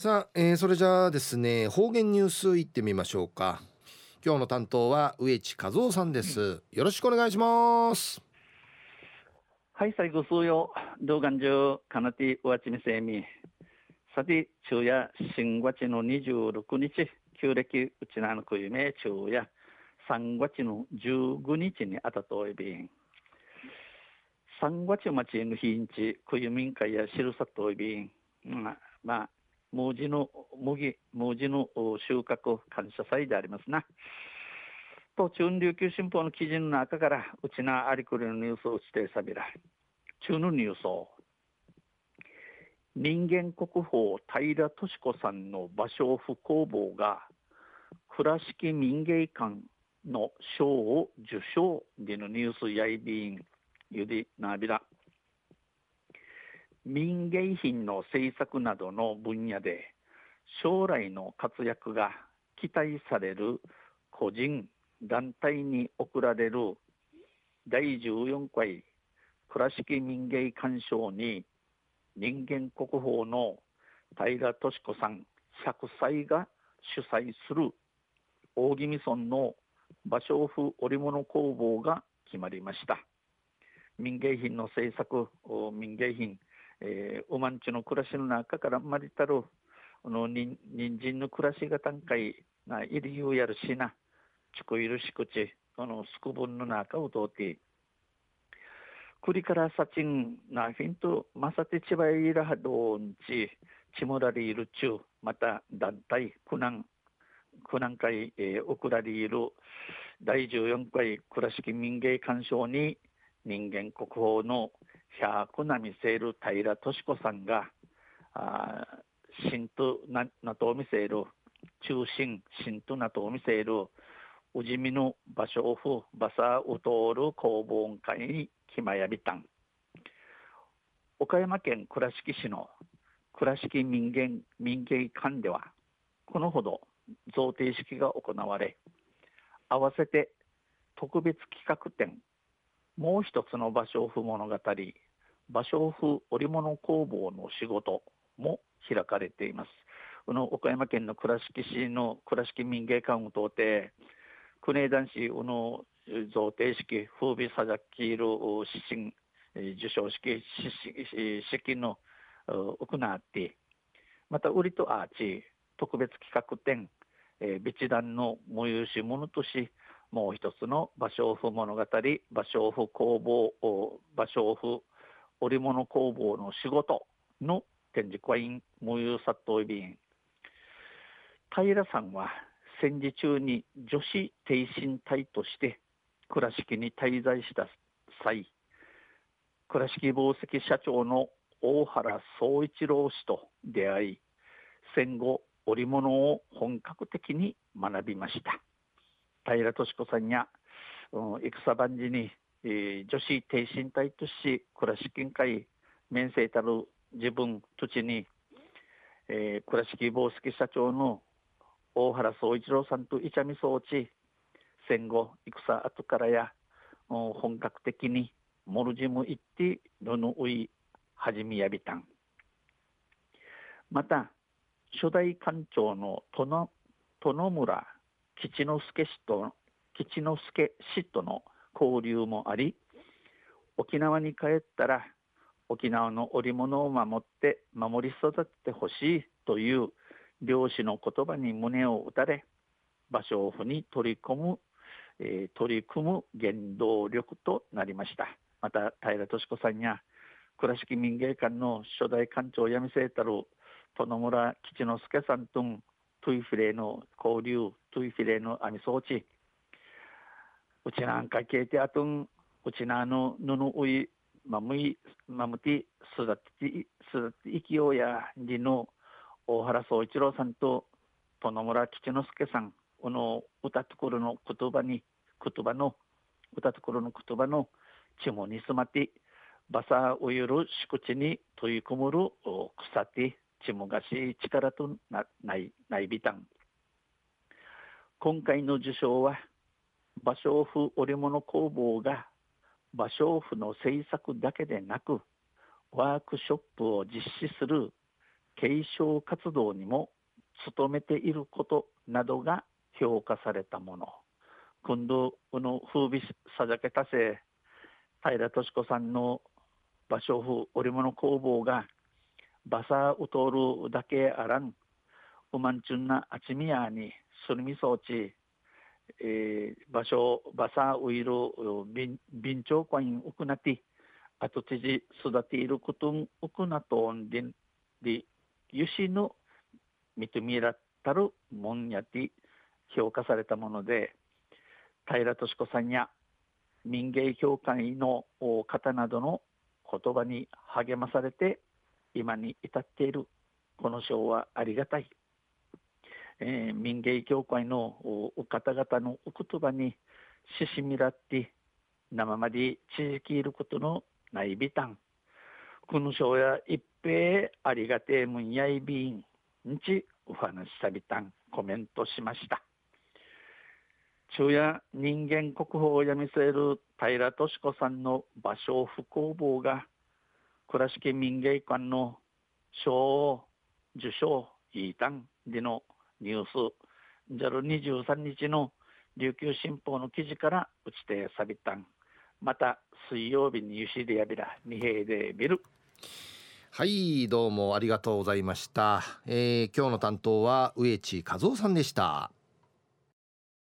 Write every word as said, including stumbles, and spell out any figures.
さあ、えーそれじゃあですね、方言ニュースいってみましょうか。今日の担当は植地和夫さんでうん。 す。よろしくお願いします。 はい、最後数曜、動画上、かなてうわちみせみ。さて、昼夜、新月のにじゅうろくにち、旧暦うちなのくゆめ、昼夜、さんがつのじゅうごにちにあたといびん。さんがつまちの日んち、くゆみんかやしるさといびん。まあ、まあ、無事の、麦、無事のお収穫感謝祭でありますな。と、中琉球新報の記事の中から、うちなありくりのニュースを指定さびら。中のニュースを。人間国宝平敏子さんの芭蕉布工房が倉敷民芸館の賞を受賞でのニュースやいびんゆでなびら。民芸品の制作などの分野で将来の活躍が期待される個人団体に贈られるだいじゅうよんかい倉敷民芸館賞に人間国宝の平敏子さんひゃくさいが主催する大宜味村の芭蕉布織物工房が決まりました。民芸品の制作、民芸品、えー、うまんちの暮らしの中から生まれたるあの人参の暮らしが短回ないりゆうやるしな、ちくいるしくち、あのすくぶんの中を通ってクリからサチンなフィントマサテチバイラハドンチチムラリールチュまた団体苦難苦難会、えー、送られるだいじゅうよんかい倉敷民芸鑑賞に人間国宝の百波セール平敏子さんがあ新とななとみせる中心新となとみせるうじみの場所をふバサウトール工房会に決まやびたん。岡山県倉敷市の倉敷民芸民芸館ではこのほど贈呈式が行われ、合わせて特別企画展もう一つの芭蕉布物語芭蕉布織物工房の仕事も開かれています。この岡山県の倉敷市の倉敷民芸館を通って国枝男子この贈呈式風美さざきいる指針授賞式式の行ってまた売りとアーチ特別企画展美智団の催し物としもう一つの芭蕉布物語芭蕉布工房芭蕉布織物工房の仕事の展示会員催さっといびん。平さんは戦時中に女子挺身隊として倉敷に滞在した際、倉敷紡績社長の大原宗一郎氏と出会い、戦後織物を本格的に学びました。平敏子さんや、うん、戦番時に、えー、女子挺身隊とし倉敷会面生たる自分土地に、えー、倉敷紡績社長の大原宗一郎さんとイチャミ装置戦後戦後からや本格的にモルジム行ってロヌウイ始めやびたん。また初代館長の殿殿村吉之助氏と吉之助氏との交流もあり、沖縄に帰ったら沖縄の織物を守って守り育ててほしいという漁師の言葉に胸を打たれ芭蕉布に取り込む、えー、取り組む原動力となりました。また平敏子さんや倉敷民芸館の初代館長闇生太郎殿村吉之助さんとトゥイフィレの交流トゥイフィレの網装置うちなんか聞いてあとんうちなのぬぬういまむいまむて育てて育てていきようやりの大原宗一郎さんと殿村吉之助さんこの歌ところの言葉に言葉の歌ところの言葉の血もにすまってバサウユル敷地に取り組むる草って血もがし力となないないびたん。今回の受賞は芭蕉布織物工房が芭蕉布の製作だけでなくワークショップを実施する継承活動にも努めていることなどが評価されたもの。今度の風美さじゃけたせ平敏子さんの芭蕉布織物工房がバサウトールだけあらんウマンチュンナアチミヤにスルミ装置、えー、場所バサウイルビンチョウコインウクナティあと知事育ていることんウクナトンディンディユシの認めらったるもんやて評価されたもので、平敏子さんや民芸協会の方などの言葉に励まされて今に至っているこの賞はありがたい。えー、民芸協会の方々のお言葉にししみらって生まで地域いることのないびたん。この賞や一平ありがてえむんやいびんんちお話しさびたんコメントしました。昼夜人間国宝をやみせる平敏子さんの芭蕉布工房が倉敷民芸館の賞を受賞いいたんでのニュースじゃるにじゅうさんにちの琉球新報の記事から打ちてさびたん。また水曜日にゆしでやびらにへいでビル。 はい、どうもありがとうございました。えー、今日の担当は植地和夫さんでした。